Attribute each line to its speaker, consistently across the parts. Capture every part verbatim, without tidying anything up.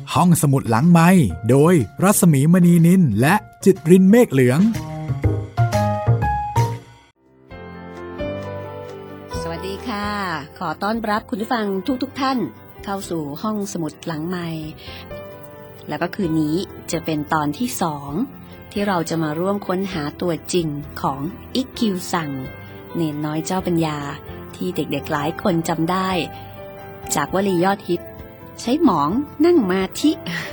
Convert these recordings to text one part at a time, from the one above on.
Speaker 1: ห้องสมุดหลังไมค์โดยรัศมีมณีนินและจิตรินเมฆเหลือง
Speaker 2: สวัสดีค่ะขอต้อนรับคุณผู้ฟังทุกๆ ท่านเข้าสู่ห้องสมุดหลังไมค์แล้วก็คืนนี้จะเป็นตอนที่สองที่เราจะมาร่วมค้นหาตัวจริงของอิคคิวซังเนนน้อยเจ้าปัญญาที่เด็กๆหลายคนจำได้จากวลียอดฮิตใช้หมองนั่งมาธิ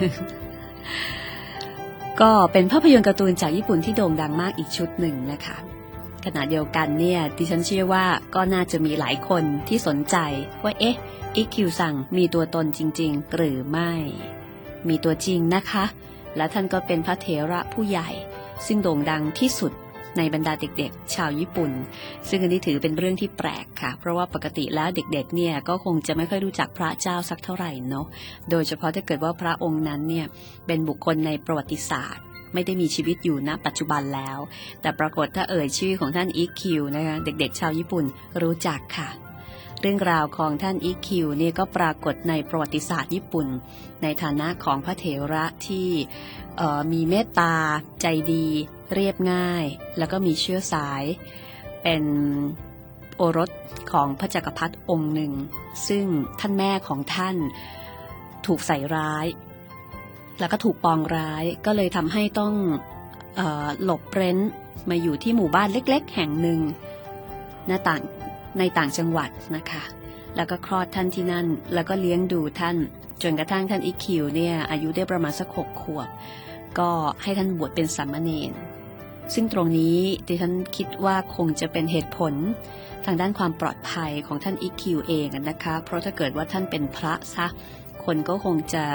Speaker 2: ก็เป็นภาพยนตร์การ์ตูนจากญี่ปุ่นที่โด่งดังมากอีกชุดหนึ่งนะคะขณะเดียวกันเนี่ยดิฉันเชื่อว่าก็น่าจะมีหลายคนที่สนใจว่าเอ๊ะอิคคิวซังมีตัวตนจริงๆหรือไม่มีตัวจริงนะคะและท่านก็เป็นพระเถระผู้ใหญ่ซึ่งโด่งดังที่สุดในบรรดาเด็กๆชาวญี่ปุ่นซึ่งอันนี้ถือเป็นเรื่องที่แปลกค่ะเพราะว่าปกติแล้วเด็กๆเนี่ยก็คงจะไม่ค่อยรู้จักพระเจ้าสักเท่าไหร่เนาะโดยเฉพาะถ้าเกิดว่าพระองค์นั้นเนี่ยเป็นบุคคลในประวัติศาสตร์ไม่ได้มีชีวิตอยู่ณปัจจุบันแล้วแต่ปรากฏถ้าเอ่ยชื่อของท่านอิคคิวนะคะเด็กๆชาวญี่ปุ่นรู้จักค่ะเรื่องราวของท่านอิคคิวเนี่ยก็ปรากฏในประวัติศาสตร์ญี่ปุ่นในฐานะของพระเถระที่มีเมตตาใจดีเรียบง่ายแล้วก็มีเชื้อสายเป็นโอรสของพระจักรพรรดิองค์หนึ่งซึ่งท่านแม่ของท่านถูกใส่ร้ายแล้วก็ถูกปองร้ายก็เลยทำให้ต้องเอ่อหลบเร้นมาอยู่ที่หมู่บ้านเล็กๆแห่งหนึ่งในต่างในต่างจังหวัดนะคะแล้วก็คลอดท่านที่นั่นแล้วก็เลี้ยงดูท่านจนกระทั่งท่านอิคคิวเนี่ยอายุได้ประมาณสักหกขวบก็ให้ท่านบวชเป็นสามเณรซึ่งตรงนี้ดิฉันคิดว่าคงจะเป็นเหตุผลทางด้านความปลอดภัยของท่านอิคคิวเองนะคะเพราะถ้าเกิดว่าท่านเป็นพระซะคนก็คงจะ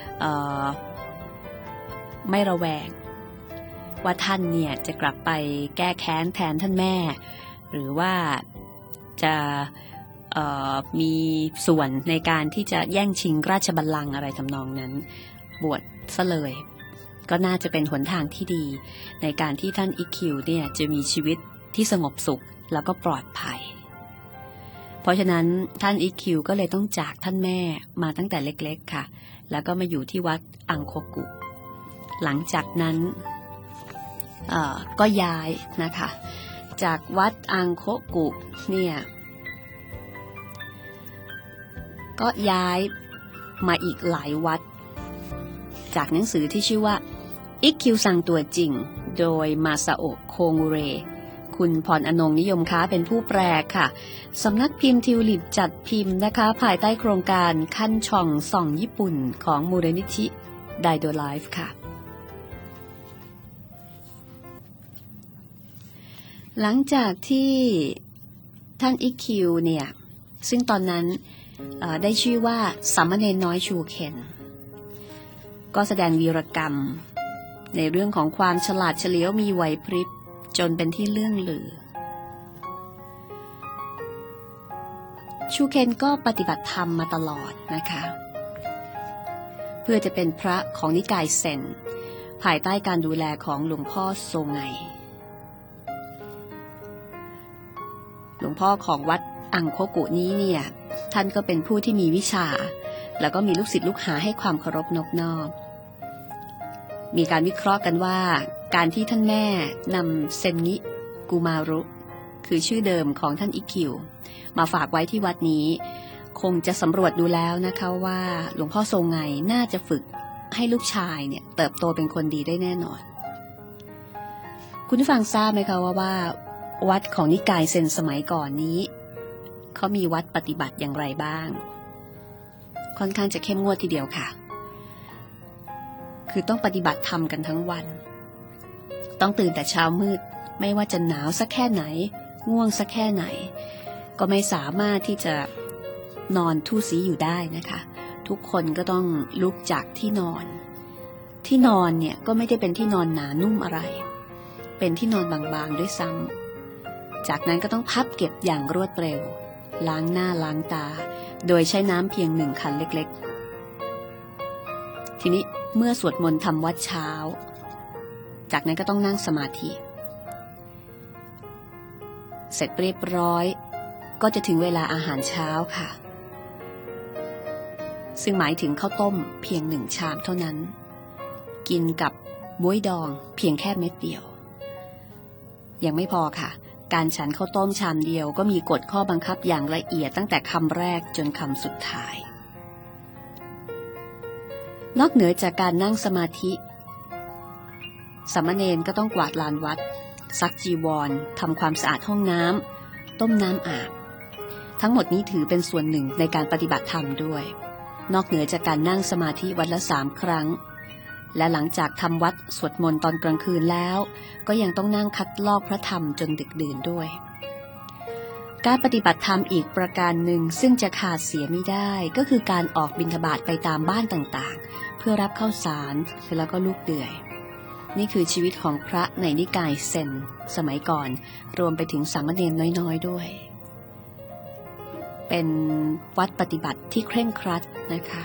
Speaker 2: ไม่ระแวงว่าท่านเนี่ยจะกลับไปแก้แค้นแทนท่านแม่หรือว่าจะมีส่วนในการที่จะแย่งชิงราชบัลลังก์อะไรทำนองนั้นบวชซะเลยก็น่าจะเป็นหนทางที่ดีในการที่ท่านอิคคิวเนี่ยจะมีชีวิตที่สงบสุขแล้วก็ปลอดภัยเพราะฉะนั้นท่านอิคคิวก็เลยต้องจากท่านแม่มาตั้งแต่เล็กๆค่ะแล้วก็มาอยู่ที่วัดอังโคกุหลังจากนั้นก็ย้ายนะคะจากวัดอังโคกุเนี่ยก็ย้ายมาอีกหลายวัดจากหนังสือที่ชื่อว่าอิคคิวซังตัวจริงโดยมาซาโอะโคงูเรคุณพรอนงนิยมค้าเป็นผู้แปลค่ะสำนักพิมพ์ทิวลิปจัดพิมพ์นะคะภายใต้โครงการขั้นช่องส่องญี่ปุ่นของมูลนิธิไดโดไลฟ์ค่ะหลังจากที่ท่านอิคคิวเนี่ยซึ่งตอนนั้นได้ชื่อว่าสามเณรน้อยชูเคนก็แสดงวีรกรรมในเรื่องของความฉลาดเฉลียวมีไหวพริบจนเป็นที่เลื่องลือชูเคนก็ปฏิบัติธรรมมาตลอดนะคะเพื่อจะเป็นพระของนิกายเซนภายใต้การดูแลของหลวงพ่อโซไงหลวงพ่อของวัดอังโคกุนี้เนี่ยท่านก็เป็นผู้ที่มีวิชาแล้วก็มีลูกศิษย์ลูกหาให้ความเคารพนอบน้อมมีการวิเคราะห์กันว่าการที่ท่านแม่นำเซนงิกุมารุคือชื่อเดิมของท่านอิคคิวมาฝากไว้ที่วัดนี้คงจะสำรวจดูแล้วนะคะว่าหลวงพ่อโซไงน่าจะฝึกให้ลูกชายเนี่ยเติบโตเป็นคนดีได้แน่นอนคุณผู้ฟังทราบไหมคะว่าว่าวัดของนิกายเซนสมัยก่อนนี้เขามีวัดปฏิบัติอย่างไรบ้างค่อนข้างจะเข้มงวดทีเดียวค่ะคือต้องปฏิบัติธรรมกันทั้งวันต้องตื่นแต่เช้ามืดไม่ว่าจะหนาวสักแค่ไหนง่วงสักแค่ไหนก็ไม่สามารถที่จะนอนทู่สีอยู่ได้นะคะทุกคนก็ต้องลุกจากที่นอนที่นอนเนี่ยก็ไม่ได้เป็นที่นอนหนานุ่มอะไรเป็นที่นอนบางๆด้วยซ้ำจากนั้นก็ต้องพับเก็บอย่างรวดเร็วล้างหน้าล้างตาโดยใช้น้ำเพียงหนึ่งขันเล็กๆทีนี้เมื่อสวดมนต์ทำวัดเช้าจากนั้นก็ต้องนั่งสมาธิเสร็จเรียบร้อยก็จะถึงเวลาอาหารเช้าค่ะซึ่งหมายถึงข้าวต้มเพียงหนึ่งชามเท่านั้นกินกับบ๊วยดองเพียงแค่เม็ดเดียวยังไม่พอค่ะการฉันข้าวต้มชามเดียวก็มีกฎข้อบังคับอย่างละเอียดตั้งแต่คำแรกจนคำสุดท้ายนอกเหนือจากการนั่งสมาธิสามเณรก็ต้องกวาดลานวัดซักจีวรทำความสะอาดห้องน้ำต้มน้ำอาบทั้งหมดนี้ถือเป็นส่วนหนึ่งในการปฏิบัติธรรมด้วยนอกเหนือจากการนั่งสมาธิวันละสามครั้งและหลังจากทำวัดสวดมนต์ตอนกลางคืนแล้วก็ยังต้องนั่งคัดลอกพระธรรมจนดึกดื่นด้วยการปฏิบัติธรรมอีกประการหนึ่งซึ่งจะขาดเสียไม่ได้ก็คือการออกบิณฑบาตไปตามบ้านต่างๆเพื่อรับข้าวสารแล้วก็ลูกเดือยนี่คือชีวิตของพระในนิกายเซนสมัยก่อนรวมไปถึงสามเณรน้อยๆด้วยเป็นวัดปฏิบัติที่เคร่งครัดนะคะ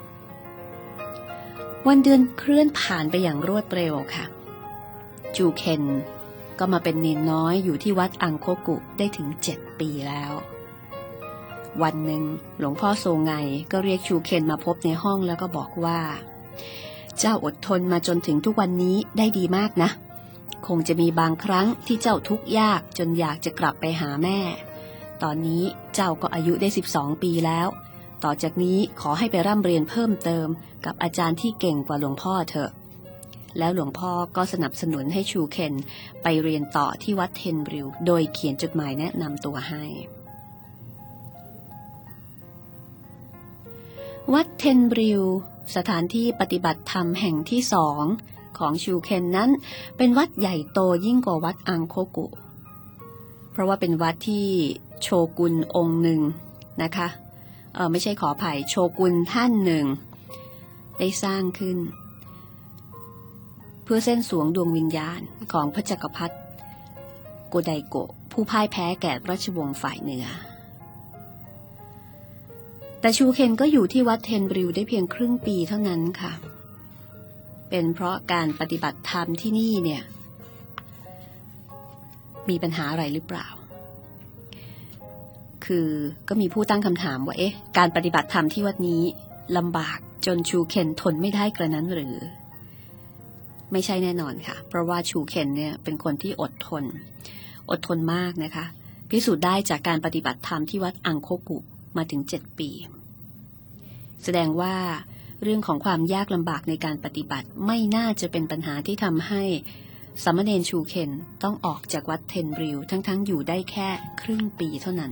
Speaker 2: วันเดือนเคลื่อนผ่านไปอย่างรวดเร็วค่ะจูเคนก็มาเป็นเนนน้อยอยู่ที่วัดอังโคกุได้ถึงเจ็ดปีแล้ววันหนึ่งหลวงพ่อโซไงก็เรียกจูเคนมาพบในห้องแล้วก็บอกว่าเจ้าอดทนมาจนถึงทุกวันนี้ได้ดีมากนะคงจะมีบางครั้งที่เจ้าทุกข์ยากจนอยากจะกลับไปหาแม่ตอนนี้เจ้าก็อายุได้สิบสองปีแล้วต่อจากนี้ขอให้ไปร่ำเรียนเพิ่มเติมกับอาจารย์ที่เก่งกว่าหลวงพ่อเถอะแล้วหลวงพ่อก็สนับสนุนให้ชูเคนไปเรียนต่อที่วัดเทนบริวโดยเขียนจดหมายแนะนำตัวให้วัดเทนบริวสถานที่ปฏิบัติธรรมแห่งที่สองของชูเคนนั้นเป็นวัดใหญ่โตยิ่งกว่าวัดอังโคกุเพราะว่าเป็นวัดที่โชกุนองค์หนึ่งนะคะเออไม่ใช่ขออภัยโชกุนท่านหนึ่งได้สร้างขึ้นเพื่อเส้นสวงดวงวิญญาณของพระจักรพรรดิโกไดโกะผู้พ่ายแพ้แก่ราชวงศ์ฝ่ายเหนือแต่ชูเคนก็อยู่ที่วัดเทนบริวได้เพียงครึ่งปีเท่านั้นค่ะเป็นเพราะการปฏิบัติธรรมที่นี่เนี่ยมีปัญหาอะไรหรือเปล่าคือก็มีผู้ตั้งคำถามว่าเอ๊ะการปฏิบัติธรรมที่วัดนี้ลำบากจนชูเคนทนไม่ได้กระนั้นหรือไม่ใช่แน่นอนค่ะเพราะว่าชูเคนเนี่ยเป็นคนที่อดทนอดทนมากนะคะพิสูจน์ได้จากการปฏิบัติธรรมที่วัดอังโคกุมาถึงเจ็ดปีแสดงว่าเรื่องของความยากลำบากในการปฏิบัติไม่น่าจะเป็นปัญหาที่ทำให้สามเณรชูเคนต้องออกจากวัดเทนบริวทั้งๆอยู่ได้แค่ครึ่งปีเท่านั้น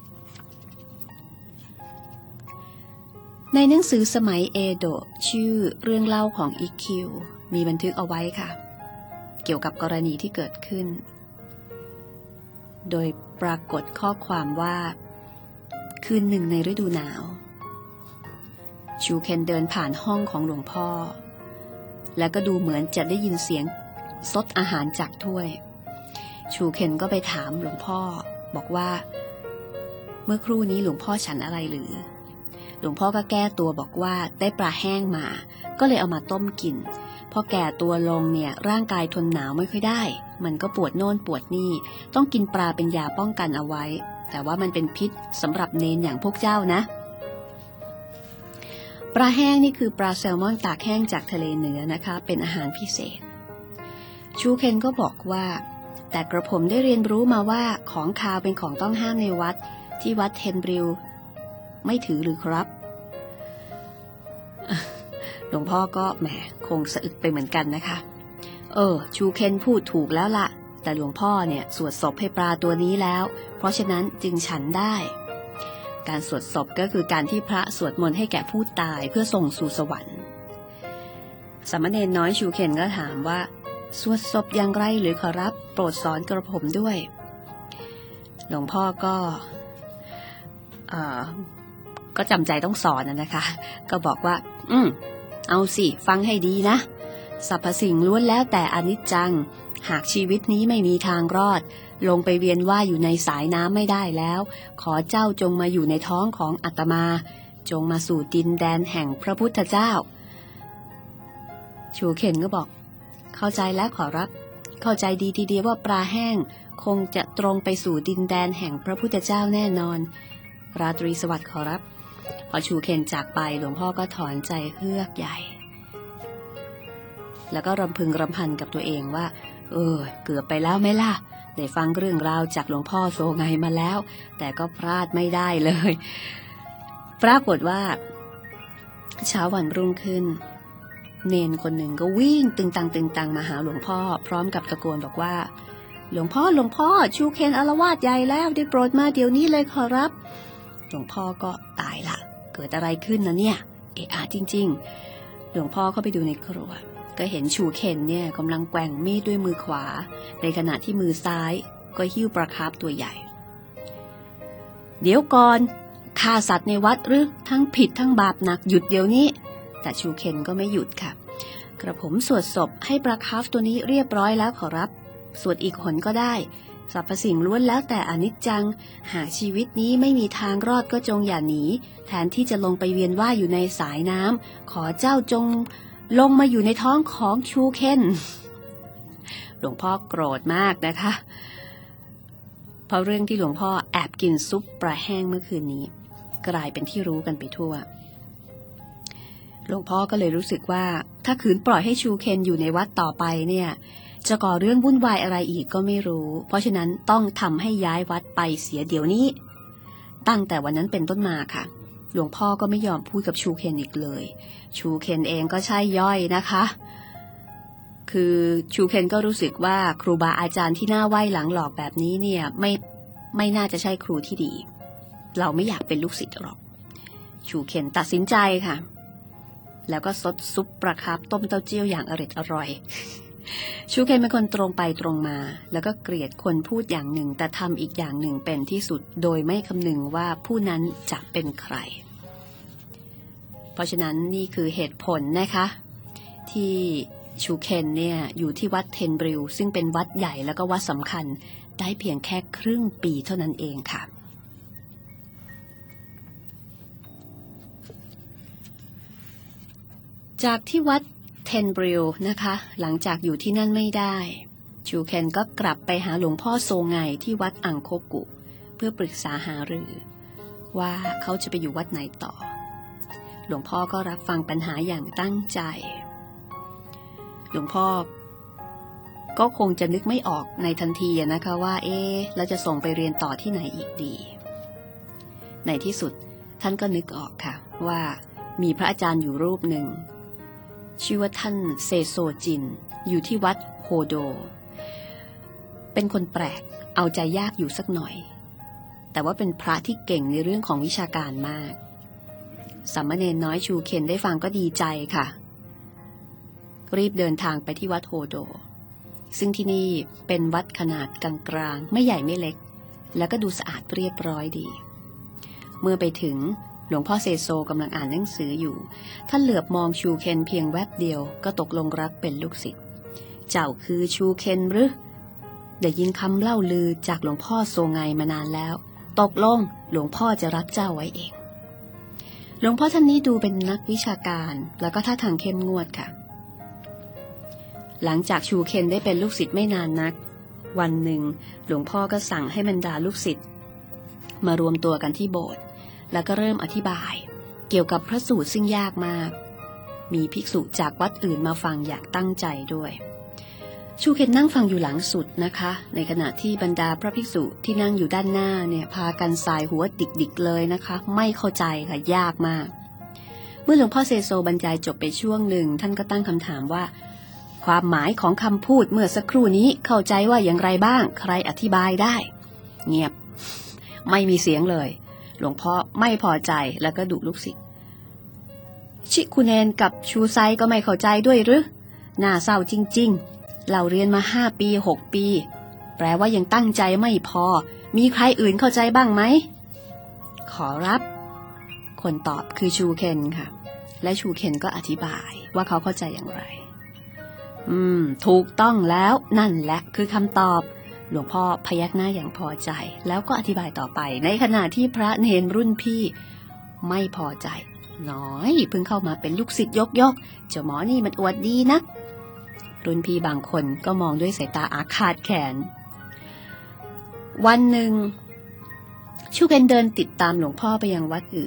Speaker 2: ในหนังสือสมัยเอโดะชื่อเรื่องเล่าของอิคิวมีบันทึกเอาไว้ค่ะเกี่ยวกับกรณีที่เกิดขึ้นโดยปรากฏข้อความว่าคืนหนึ่งในฤดูหนาวชูเคนเดินผ่านห้องของหลวงพ่อแล้วก็ดูเหมือนจะได้ยินเสียงซดอาหารจากถ้วยชูเคนก็ไปถามหลวงพ่อบอกว่าเมื่อครู่นี้หลวงพ่อฉันอะไรหรือหลวงพ่อก็แก้ตัวบอกว่าได้ปลาแห้งมาก็เลยเอามาต้มกินพอแก่ตัวลงเนี่ยร่างกายทนหนาวไม่ค่อยได้มันก็ปวดโน่นปวดนี่ต้องกินปลาเป็นยาป้องกันเอาไว้แต่ว่ามันเป็นพิษสำหรับเนนอย่างพวกเจ้านะปลาแห้งนี่คือปลาแซลมอนตากแห้งจากทะเลเหนือนะคะเป็นอาหารพิเศษชูเคนก็บอกว่าแต่กระผมได้เรียนรู้มาว่าของคาวเป็นของต้องห้ามในวัดที่วัดเทนบริวไม่ถือหรือครับหลวงพ่อก็แหมคงสะอึกไปเหมือนกันนะคะเออชูเคนพูดถูกแล้วล่ะแต่หลวงพ่อเนี่ยสวดศพให้ปลาตัวนี้แล้วเพราะฉะนั้นจึงฉันได้การสวดศพก็คือการที่พระสวดมนต์ให้แก่ผู้ตายเพื่อส่งสู่สวรรค์สามเณรน้อยชูเคนก็ถามว่าสวดศพอย่างไรหรือขอรับโปรดสอนกระผมด้วยหลวงพ่อก็เอ่อก็จำใจต้องสอนนะคะก็บอกว่าอืมเอาสิฟังให้ดีนะสรรพสิ่งล้วนแล้วแต่อนิจจังหากชีวิตนี้ไม่มีทางรอดลงไปเวียนว่ายอยู่ในสายน้ำไม่ได้แล้วขอเจ้าจงมาอยู่ในท้องของอาตมาจงมาสู่ดินแดนแห่งพระพุทธเจ้าชูเคนก็บอกเข้าใจแล้วขอรับเข้าใจดีทีเดียวว่าปลาแห้งคงจะตรงไปสู่ดินแดนแห่งพระพุทธเจ้าแน่นอนราตรีสวัสดิ์ขอรับพอชูเคนจากไปหลวงพ่อก็ถอนใจเฮือกใหญ่แล้วก็รำพึงรำพันกับตัวเองว่าเออเกือบไปแล้วไหมล่ะได้ฟังเรื่องราวจากหลวงพ่อโซไงมาแล้วแต่ก็พลาดไม่ได้เลยปรากฏว่าเช้าวันรุ่งขึ้นเนนคนหนึ่งก็วิ่งตึงตังตึงตังมาหาหลวงพ่อพร้อมกับตะโกนบอกว่าหลวงพ่อหลวงพ่อชูเคนอาละวาดใหญ่แล้วได้โปรดมาเดี๋ยวนี้เลยขอรับหลวงพ่อก็ตายละเกิดอะไรขึ้นนะเนี่ยเอะอะจริงๆหลวงพ่อเข้าไปดูในครัวก็เห็นชูเคนเนี่ยกำลังแกว่งมีดด้วยมือขวาในขณะที่มือซ้ายก็หิ้วปลาคาร์ฟตัวใหญ่เดี๋ยวก่อนฆ่าสัตว์ในวัดหรือทั้งผิดทั้งบาปหนักหยุดเดี๋ยวนี้แต่ชูเคนก็ไม่หยุดค่ะกระผมสวดศพให้ปลาคาร์ฟตัวนี้เรียบร้อยแล้วขอรับสวดอีกหนก็ได้สรรพสิ่งล้วนแล้วแต่อนิจจังหากชีวิตนี้ไม่มีทางรอดก็จงอย่าหนีแทนที่จะลงไปเวียนว่ายอยู่ในสายน้ำขอเจ้าจงลงมาอยู่ในท้องของชูเคนหลวงพ่อโกรธมากนะคะเพราะเรื่องที่หลวงพ่อแอบกินซุปปลาแห้งเมื่อคืนนี้กลายเป็นที่รู้กันไปทั่วหลวงพ่อก็เลยรู้สึกว่าถ้าขืนปล่อยให้ชูเคนอยู่ในวัดต่อไปเนี่ยจะก่อเรื่องวุ่นวายอะไรอีกก็ไม่รู้เพราะฉะนั้นต้องทำให้ย้ายวัดไปเสียเดี๋ยวนี้ตั้งแต่วันนั้นเป็นต้นมาค่ะหลวงพ่อก็ไม่ยอมพูดกับชูเคนอีกเลยชูเคนเองก็ใช่ย่อยนะคะคือชูเคนก็รู้สึกว่าครูบาอาจารย์ที่หน้าไหว้หลังหลอกแบบนี้เนี่ยไม่ไม่น่าจะใช่ครูที่ดีเราไม่อยากเป็นลูกศิษย์หรอกชูเคนตัดสินใจค่ะแล้วก็ซดซุปปลาคาร์ฟต้มเต้าเจี้ยวอย่างอร่อยอร่อยชูเคนเป็นคนตรงไปตรงมาแล้วก็เกลียดคนพูดอย่างหนึ่งแต่ทำอีกอย่างหนึ่งเป็นที่สุดโดยไม่คำนึงว่าผู้นั้นจะเป็นใครเพราะฉะนั้นนี่คือเหตุผลนะคะที่ชูเคนเนี่ยอยู่ที่วัดเทนบริลซึ่งเป็นวัดใหญ่แล้วก็วัดสำคัญได้เพียงแค่ครึ่งปีเท่านั้นเองค่ะจากที่วัดเทนบริลนะคะหลังจากอยู่ที่นั่นไม่ได้ชูเคนก็กลับไปหาหลวงพ่อโซไงที่วัดอังโคกุเพื่อปรึกษาหารือว่าเขาจะไปอยู่วัดไหนต่อหลวงพ่อก็รับฟังปัญหาอย่างตั้งใจหลวงพ่อก็คงจะนึกไม่ออกในทันทีนะคะว่าเอ๊ะเราจะส่งไปเรียนต่อที่ไหนอีกดีในที่สุดท่านก็นึกออกค่ะว่ามีพระอาจารย์อยู่รูปหนึ่งชื่อว่าท่านเซโซจินอยู่ที่วัดโฮโดเป็นคนแปลกเอาใจยากอยู่สักหน่อยแต่ว่าเป็นพระที่เก่งในเรื่องของวิชาการมากสามเณรน้อยชูเคนได้ฟังก็ดีใจค่ะรีบเดินทางไปที่วัดโฮโดซึ่งที่นี่เป็นวัดขนาดกลางๆไม่ใหญ่ไม่เล็กแล้วก็ดูสะอาดเรียบร้อยดีเมื่อไปถึงหลวงพ่อเซโซกำลังอ่านหนังสืออยู่ท่านเหลือบมองชูเคนเพียงแวบเดียวก็ตกลงรักเป็นลูกศิษย์เจ้าคือชูเคนหรือได้ยินคำเล่าลือจากหลวงพ่อโซไงมานานแล้วตกลงหลวงพ่อจะรับเจ้าไว้เองหลวงพ่อท่านนี้ดูเป็นนักวิชาการแล้วก็ท่าทางเข้มงวดค่ะหลังจากชูเคนได้เป็นลูกศิษย์ไม่นานนักวันหนึ่งหลวงพ่อก็สั่งให้บรรดาลูกศิษย์มารวมตัวกันที่โบสถ์แล้วก็เริ่มอธิบายเกี่ยวกับพระสูตรซึ่งยากมากมีภิกษุจากวัดอื่นมาฟังอย่างตั้งใจด้วยชูเคนนั่งฟังอยู่หลังสุดนะคะในขณะที่บรรดาพระภิกษุที่นั่งอยู่ด้านหน้าเนี่ยพากันสายหัวดิกๆเลยนะคะไม่เข้าใจค่ะยากมากเมื่อหลวงพ่อเซโซบรรยายจบไปช่วงหนึ่งท่านก็ตั้งคำถามว่าความหมายของคำพูดเมื่อสักครู่นี้เข้าใจว่าอย่างไรบ้างใครอธิบายได้เงียบไม่มีเสียงเลยหลวงพ่อไม่พอใจแล้วก็ดุลูกศิษย์ชิคุเนนกับชูไซก็ไม่เข้าใจด้วยหรือน่าเศร้าจริงๆเราเรียนมาห้าปีหกปีแปลว่ายังตั้งใจไม่พอมีใครอื่นเข้าใจบ้างไหมขอรับคนตอบคือชูเคนค่ะและชูเคนก็อธิบายว่าเขาเข้าใจอย่างไรอืมถูกต้องแล้วนั่นแหละคือคำตอบหลวงพ่อพยักหน้าอย่างพอใจแล้วก็อธิบายต่อไปในขณะที่พระเนรรุ่นพี่ไม่พอใจน้อยเพิ่งเข้ามาเป็นลูกศิษย์ยกยกเจ้าหมอนี่มันอวดดีนักรุ่นพี่บางคนก็มองด้วยสายตาอาฆาตแค้นวันหนึ่งชูเคนเดินติดตามหลวงพ่อไปยังวัดอื่นเพื่อ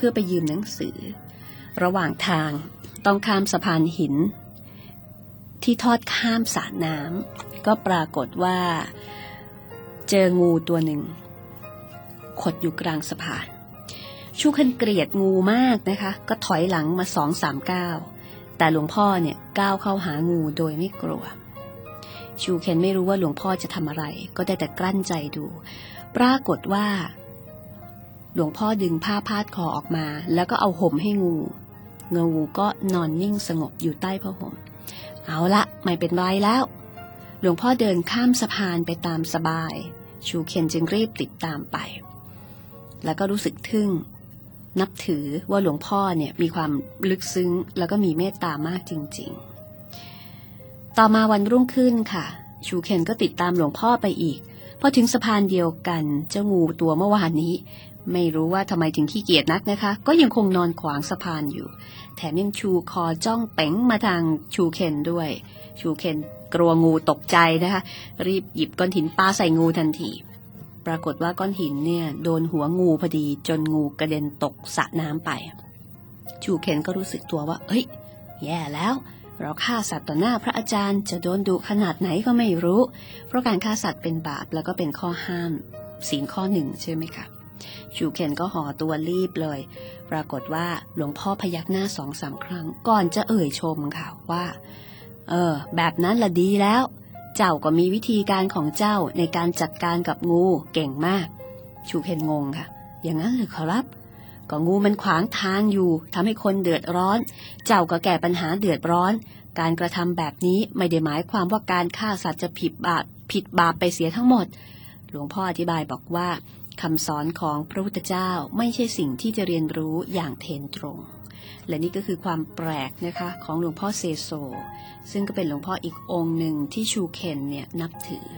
Speaker 2: พื่อไปยืมหนังสือระหว่างทางต้องข้ามสะพานหินที่ทอดข้ามสระน้ำก็ปรากฏว่าเจองูตัวหนึ่งขดอยู่กลางสะพานชูเคนเกลียดงูมากนะคะก็ถอยหลังมาสองสามก้าวแต่หลวงพ่อเนี่ยก้าวเข้าหางูโดยไม่กลัวชูเคนไม่รู้ว่าหลวงพ่อจะทำอะไรก็ได้แต่กลั้นใจดูปรากฏว่าหลวงพ่อดึงผ้าพาดคอออกมาแล้วก็เอาห่มให้งูงูก็นอนนิ่งสงบอยู่ใต้ผ้าห่มเอาละไม่เป็นไรแล้วหลวงพ่อเดินข้ามสะพานไปตามสบายชูเคนจึงรีบติดตามไปแล้วก็รู้สึกทึ่งนับถือว่าหลวงพ่อเนี่ยมีความลึกซึ้งแล้วก็มีเมตตามากจริงๆต่อมาวันรุ่งขึ้นค่ะชูเคนก็ติดตามหลวงพ่อไปอีกพอถึงสะพานเดียวกันเจ้างูตัวเมื่อวานนี้ไม่รู้ว่าทำไมถึงขี้เกียจนักนะคะก็ยังคงนอนขวางสะพานอยู่แถมยังชูคอจ้องเป๋งมาทางชูเคนด้วยชูเคนกลัวงูตกใจนะคะรีบหยิบก้อนหินปาใส่งูทันทีปรากฏว่าก้อนหินเนี่ยโดนหัวงูพอดีจนงูกระเด็นตกสระน้ำไปชูเคนก็รู้สึกตัวว่าเฮ้ยแย่แล้วเราฆ่าสัตว์ต่อหน้าพระอาจารย์จะโดนดุขนาดไหนก็ไม่รู้เพราะการฆ่าสัตว์เป็นบาปแล้วก็เป็นข้อห้ามศีลข้อหนึ่งใช่ไหมคะชูเคนก็ห่อตัวรีบเลยปรากฏว่าหลวงพ่อพยักหน้าสองสามครั้งก่อนจะเอ่ยชมค่ะว่าเออแบบนั้นละดีแล้วเจ้าก็มีวิธีการของเจ้าในการจัดการกับงูเก่งมากชูเคนงงค่ะอย่างนั้นหรือครับก็งูมันขวางทางอยู่ทำให้คนเดือดร้อนเจ้าก็แก้ปัญหาเดือดร้อนการกระทำแบบนี้ไม่ได้หมายความว่าการฆ่าสัตว์จะผิดบาปผิดบาปไปเสียทั้งหมดหลวงพ่ออธิบายบอกว่าคำสอนของพระพุทธเจ้าไม่ใช่สิ่งที่จะเรียนรู้อย่างเทนตรงและนี่ก็คือความแปลกนะคะของหลวงพ่อเซโซซึ่งก็เป็นหลวงพ่ออีกองค์หนึ่งที่ชูเคนเนี่ยนับถือ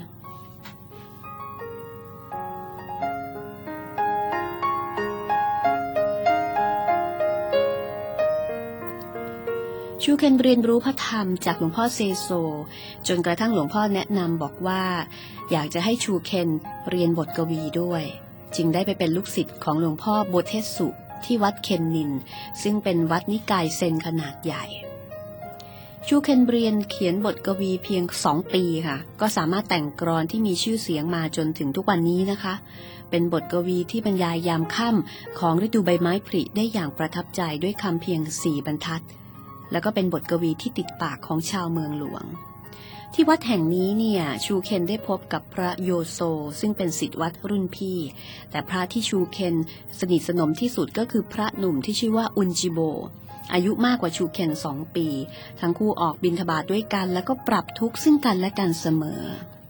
Speaker 2: ชูเคนเรียนรู้พระธรรมจากหลวงพ่อเซโซจนกระทั่งหลวงพ่อแนะนำบอกว่าอยากจะให้ชูเคนเรียนบทกวีด้วยจึงได้ไปเป็นลูกศิษย์ของหลวงพ่อโบเทสุที่วัดเคนนินซึ่งเป็นวัดนิกายเซนขนาดใหญ่ชูเคนเรียนเขียนบทกวีเพียงสองปีค่ะก็สามารถแต่งกลอนที่มีชื่อเสียงมาจนถึงทุกวันนี้นะคะเป็นบทกวีที่บรรยายยามค่ำของฤดูใบไม้ผลิได้อย่างประทับใจด้วยคำเพียงสี่บรรทัดแล้วก็เป็นบทกวีที่ติดปากของชาวเมืองหลวงที่วัดแห่งนี้เนี่ยชูเคนได้พบกับพระโยโซซึ่งเป็นศิษย์วัดรุ่นพี่แต่พระที่ชูเคนสนิทสนมที่สุดก็คือพระหนุ่มที่ชื่อว่าอุนจิโบอายุมากกว่าชูเคนสองปีทั้งคู่ออกบิณฑบาตด้วยกันแล้วก็ปรับทุกข์ซึ่งกันและกันเสมอ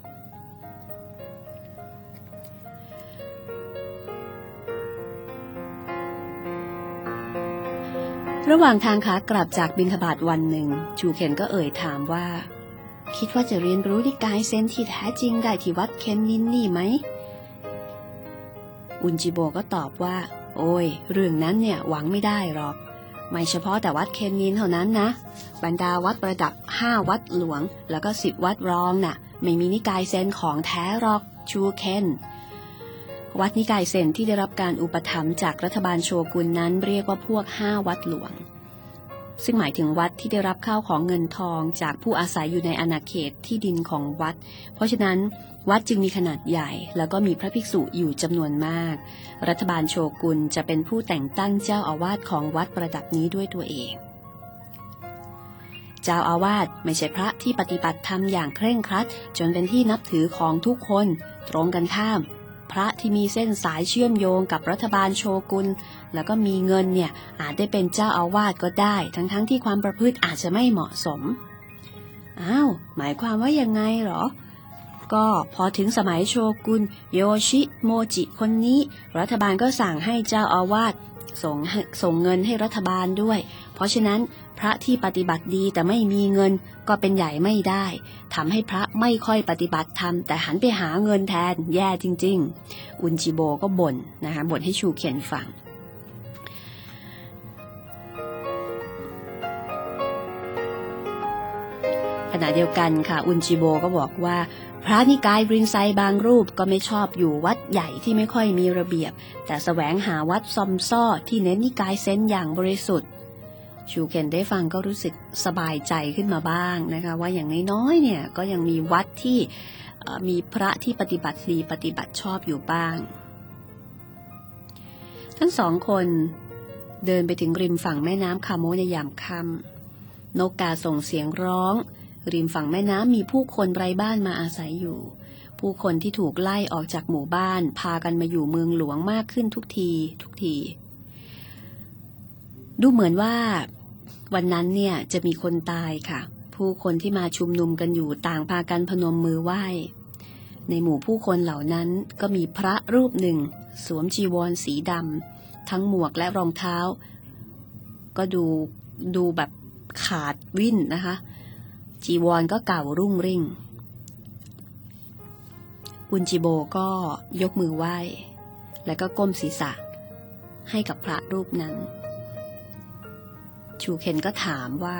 Speaker 2: ระหว่างทางขากลับจากบิณฑบาตวันหนึ่งชูเคนก็เอ่ยถามว่าคิดว่าจะเรียนรู้นิกายเซนที่แท้จริงได้ที่วัดเคนนินนี่ไหมอุนจิโบก็ตอบว่าโอ้ยเรื่องนั้นเนี่ยหวังไม่ได้หรอกไม่เฉพาะแต่วัดเคนนินเท่านั้นนะบรรดาวัดประดับห้าวัดหลวงแล้วก็สิบวัดรองน่ะไม่มีนิกายเซนของแท้หรอกชูเคนวัดนิกายเซนที่ได้รับการอุปถัมภ์จากรัฐบาลโชกุนนั้นเรียกว่าพวกห้าวัดหลวงซึ่งหมายถึงวัดที่ได้รับข้าวของเงินทองจากผู้อาศัยอยู่ในอาณาเขตที่ดินของวัดเพราะฉะนั้นวัดจึงมีขนาดใหญ่แล้วก็มีพระภิกษุอยู่จำนวนมากรัฐบาลโชกุนจะเป็นผู้แต่งตั้งเจ้าอาวาสของวัดประดับนี้ด้วยตัวเองเจ้าอาวาสไม่ใช่พระที่ปฏิบัติธรรมอย่างเคร่งครัดจนเป็นที่นับถือของทุกคนตรงกันข้ามพระที่มีเส้นสายเชื่อมโยงกับรัฐบาลโชกุนแล้วก็มีเงินเนี่ยอาจได้เป็นเจ้าอาวาสก็ได้ทั้งๆ ท, ที่ความประพฤติอาจจะไม่เหมาะสมอ้าวหมายความว่ายังไงหรอก็พอถึงสมัยโชกุนโยชิโมจิคนนี้รัฐบาลก็สั่งให้เจ้าอาวาสส่งส่งเงินให้รัฐบาลด้วยเพราะฉะนั้นพระที่ปฏิบัติดีแต่ไม่มีเงินก็เป็นใหญ่ไม่ได้ทำให้พระไม่ค่อยปฏิบัติธรรมแต่หันไปหาเงินแทนแย่จริงๆอุนจิโบก็บ่นนะคะบ่นให้ชูเคนฟังขณะเดียวกันค่ะอุนจิโบก็บอกว่าพพระนิกายรินไซบางรูปก็ไม่ชอบอยู่วัดใหญ่ที่ไม่ค่อยมีระเบียบแต่แสวงหาวัดซอมซ่อที่เน้นนิกายเซนอย่างบริสุทธิ์ชูเคนได้ฟังก็รู้สึกสบายใจขึ้นมาบ้างนะคะว่าอย่างน้อยๆเนี่ยก็ยังมีวัดที่มีพระที่ปฏิบัติดีปฏิบัติชอบอยู่บ้างทั้งสองคนเดินไปถึงริมฝั่งแม่น้ำคาโมในยามค่ำนกกาส่งเสียงร้องริมฝั่งแม่น้ำมีผู้คนไร้บ้านมาอาศัยอยู่ผู้คนที่ถูกไล่ออกจากหมู่บ้านพากันมาอยู่เมืองหลวงมากขึ้นทุกทีทุกทีดูเหมือนว่าวันนั้นเนี่ยจะมีคนตายค่ะผู้คนที่มาชุมนุมกันอยู่ต่างพากันพนมมือไหว้ในหมู่ผู้คนเหล่านั้นก็มีพระรูปหนึ่งสวมจีวรสีดำทั้งหมวกและรองเท้าก็ดูดูแบบขาดวิ่นนะคะจีวรก็เก่ารุ่งริ่งอุนจิโบก็ยกมือไหว้แล้วก็ก้มศีรษะให้กับพระรูปนั้นชูเคนก็ถามว่า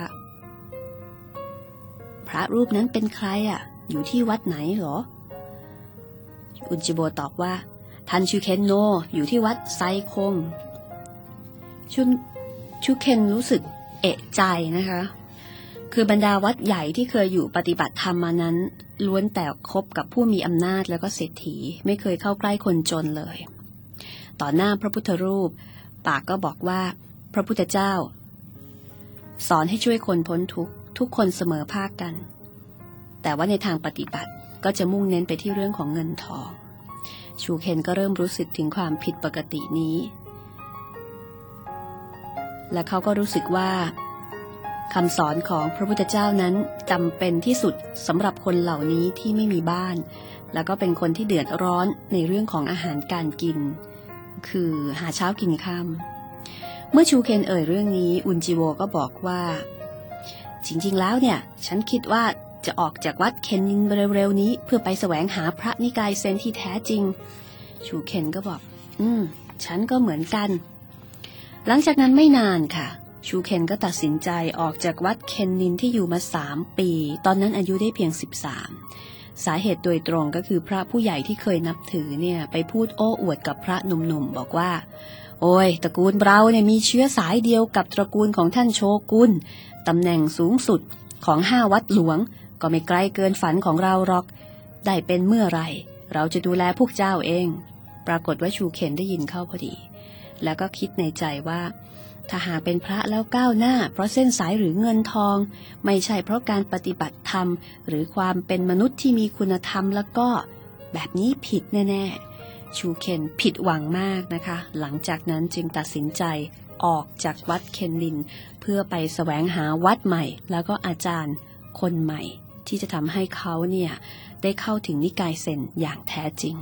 Speaker 2: พระรูปนั้นเป็นใครอ่ะอยู่ที่วัดไหนหรออุนจิโบตอบว่าท่านชูเคนโนอยู่ที่วัดไซคงชุนชูเคนรู้สึกเอะใจนะคะคือบรรดาวัดใหญ่ที่เคยอยู่ปฏิบัติธรรมมานั้นล้วนแต่คบกับผู้มีอำนาจแล้วก็เศรษฐีไม่เคยเข้าใกล้คนจนเลยต่อหน้าพระพุทธรูปปากก็บอกว่าพระพุทธเจ้าสอนให้ช่วยคนพ้นทุกข์ทุกคนเสมอภาคกันแต่ว่าในทางปฏิบัติก็จะมุ่งเน้นไปที่เรื่องของเงินทองชูเคนก็เริ่มรู้สึกถึงความผิดปกตินี้และเขาก็รู้สึกว่าคำสอนของพระพุทธเจ้านั้นจำเป็นที่สุดสำหรับคนเหล่านี้ที่ไม่มีบ้านแล้วก็เป็นคนที่เดือดร้อนในเรื่องของอาหารการกินคือหาเช้ากินค่ำเมื่อชูเคนเอ่ยเรื่องนี้อุนจิโวก็บอกว่าจริงๆแล้วเนี่ยฉันคิดว่าจะออกจากวัดเคนนินเร็วๆนี้เพื่อไปแสวงหาพระนิกายเซนที่แท้จริงชูเคนก็บอกอืมฉันก็เหมือนกันหลังจากนั้นไม่นานค่ะชูเคนก็ตัดสินใจออกจากวัดเคนนินที่อยู่มาสามปีตอนนั้นอายุได้เพียงสิบสามสาเหตุโดยตรงก็คือพระผู้ใหญ่ที่เคยนับถือเนี่ยไปพูดโอ้อวดกับพระหนุ่มๆบอกว่าโอ้ยตระกูลเราเนี่ยมีเชื้อสายเดียวกับตระกูลของท่านโชกุนตำแหน่งสูงสุดของห้าวัดหลวงก็ไม่ไกลเกินฝันของเราหรอกได้เป็นเมื่อไหร่เราจะดูแลพวกเจ้าเองปรากฏว่าชูเคนได้ยินเข้าพอดีแล้วก็คิดในใจว่าถ้าหากเป็นพระแล้วก้าวหน้าเพราะเส้นสายหรือเงินทองไม่ใช่เพราะการปฏิบัติธรรมหรือความเป็นมนุษย์ที่มีคุณธรรมแล้วก็แบบนี้ผิดแน่ๆชูเคนผิดหวังมากนะคะหลังจากนั้นจึงตัดสินใจออกจากวัดเคนนินเพื่อไปแสวงหาวัดใหม่แล้วก็อาจารย์คนใหม่ที่จะทำให้เขาเนี่ยได้เข้าถึงนิกายเซนอย่างแท้จริง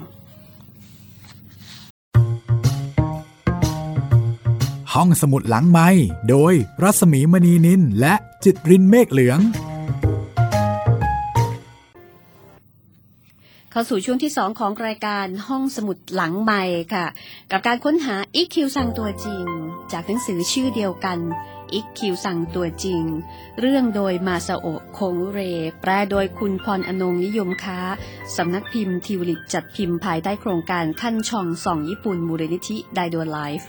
Speaker 1: ห้องสมุดหลังไมค์โดยรัศมีมณีนินและจิตรินเมฆเหลือง
Speaker 2: เข้าสู่ช่วงที่สองของรายการห้องสมุดหลังไมค์ค่ะกับการค้นหาอิคคิวซังตัวจริงจากหนังสือชื่อเดียวกันอิคคิวซังตัวจริงเรื่องโดยมาซาโอะโคงุเรแปลโดยคุณพรอนงนิยมค้าสำนักพิมพ์ทิวลิปจัดพิมพ์ภายใต้โครงการขั้นช่องส่องญี่ปุ่นมูลนิธิไดโดไลฟ์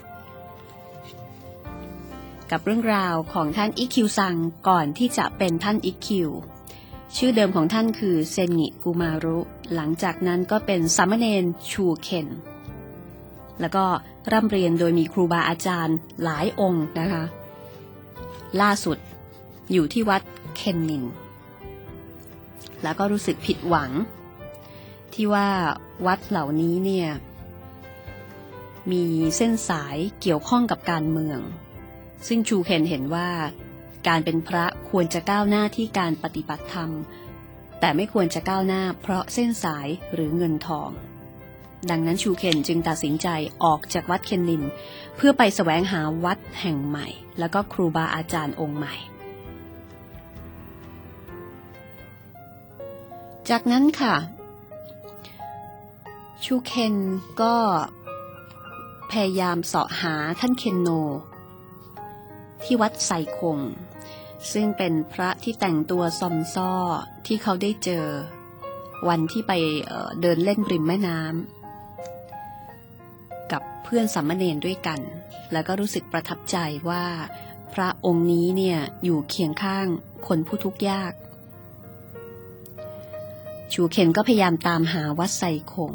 Speaker 2: กับเรื่องราวของท่านอิคคิวซังก่อนที่จะเป็นท่านอิคคิวชื่อเดิมของท่านคือเซนงิกุมารุหลังจากนั้นก็เป็นสามเณรชูเคนแล้วก็ร่ำเรียนโดยมีครูบาอาจารย์หลายองค์นะคะล่าสุดอยู่ที่วัดเคนนินแล้วก็รู้สึกผิดหวังที่ว่าวัดเหล่านี้เนี่ยมีเส้นสายเกี่ยวข้องกับการเมืองซึ่งชูเคนเห็นว่าการเป็นพระควรจะก้าวหน้าที่การปฏิบัติธรรมแต่ไม่ควรจะก้าวหน้าเพราะเส้นสายหรือเงินทองดังนั้นชูเคนจึงตัดสินใจออกจากวัดเคนนินเพื่อไปแสวงหาวัดแห่งใหม่แล้วก็ครูบาอาจารย์องค์ใหม่จากนั้นค่ะชูเคนก็พยายามเสาะหาท่านเคนโนที่วัดไซคงซึ่งเป็นพระที่แต่งตัวซอมซ่อที่เขาได้เจอวันที่ไปเอ่อเดินเล่นริมแม่น้ำกับเพื่อนสามเณรด้วยกันแล้วก็รู้สึกประทับใจว่าพระองค์นี้เนี่ยอยู่เคียงข้างคนผู้ทุกข์ยากชูเข็นก็พยายามตามหาวัดไซคง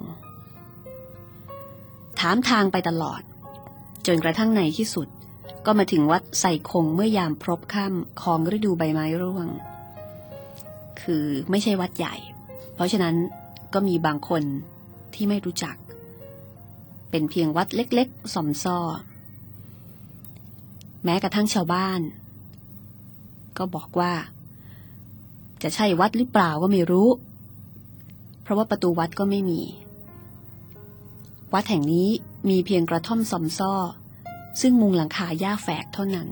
Speaker 2: ถามทางไปตลอดจนกระทั่งในที่สุดก็มาถึงวัดไซคงเมื่อยามพรบค่ำของฤดูใบไม้ร่วงคือไม่ใช่วัดใหญ่เพราะฉะนั้นก็มีบางคนที่ไม่รู้จักเป็นเพียงวัดเล็กๆส่อมซ้อแม้กระทั่งชาวบ้านก็บอกว่าจะใช่วัดหรือเปล่าก็ไม่รู้เพราะว่าประตูวัดก็ไม่มีวัดแห่งนี้มีเพียงกระท่อมส่อมซ้อซึ่งมุงหลังคาหญ้าแฝกเท่านั้น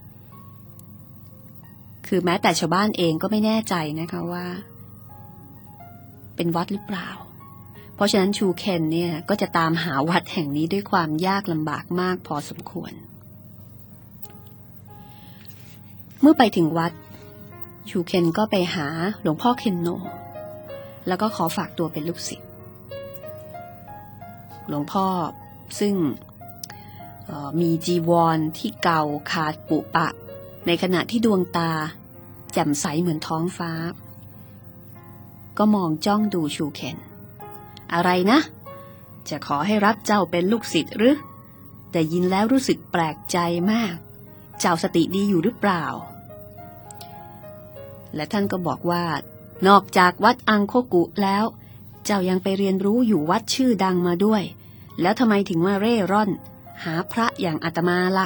Speaker 2: คือแม้แต่ชาวบ้านเองก็ไม่แน่ใจนะคะว่าเป็นวัดหรือเปล่าเพราะฉะนั้นชูเคนเนี่ยก็จะตามหาวัดแห่งนี้ด้วยความยากลำบากมากพอสมควรเมื่อไปถึงวัดชูเคนก็ไปหาหลวงพ่อเคนโนแล้วก็ขอฝากตัวเป็นลูกศิษย์หลวงพ่อซึ่งมีจีวรที่เก่าขาดปุปะในขณะที่ดวงตาแจ่มใสเหมือนท้องฟ้าก็มองจ้องดูชูเคนอะไรนะจะขอให้รับเจ้าเป็นลูกศิษย์หรือแต่ยินแล้วรู้สึกแปลกใจมากเจ้าสติดีอยู่หรือเปล่าและท่านก็บอกว่านอกจากวัดอังโคกุแล้วเจ้ายังไปเรียนรู้อยู่วัดชื่อดังมาด้วยแล้วทำไมถึงมาเร่ร่อนหาพระอย่างอาตมาล่ะ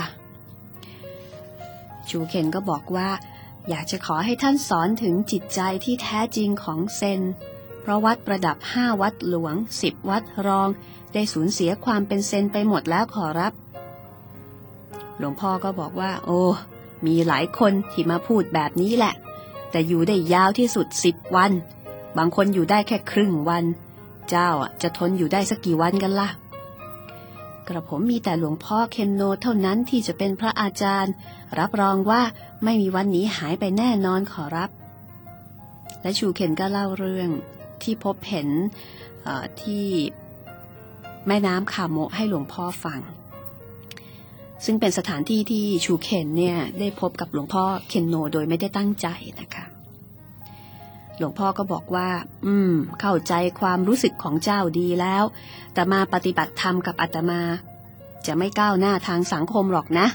Speaker 2: ชูเคนก็บอกว่าอยากจะขอให้ท่านสอนถึงจิตใจที่แท้จริงของเซนเพราะวัดประดับห้าวัดหลวงสิบวัดรองได้สูญเสียความเป็นเซนไปหมดแล้วขอรับหลวงพ่อก็บอกว่าโอ้มีหลายคนที่มาพูดแบบนี้แหละแต่อยู่ได้ยาวที่สุดสิบวันบางคนอยู่ได้แค่ครึ่งวันเจ้าอ่ะจะทนอยู่ได้สักกี่วันกันล่ะกระผมมีแต่หลวงพ่อเคนโนเท่านั้นที่จะเป็นพระอาจารย์รับรองว่าไม่มีวันหนีหายไปแน่นอนขอรับและชูเคนก็เล่าเรื่องที่พบเห็นที่แม่น้ำคาโมะให้หลวงพ่อฟังซึ่งเป็นสถานที่ที่ชูเคนเนี่ยได้พบกับหลวงพ่อเคนโนโดยไม่ได้ตั้งใจนะคะหลวงพ่อก็บอกว่าอืมเข้าใจความรู้สึกของเจ้าดีแล้วแต่มาปฏิบัติธรรมกับอาตมาจะไม่ก้าวหน้าทางสังคมหรอกนะ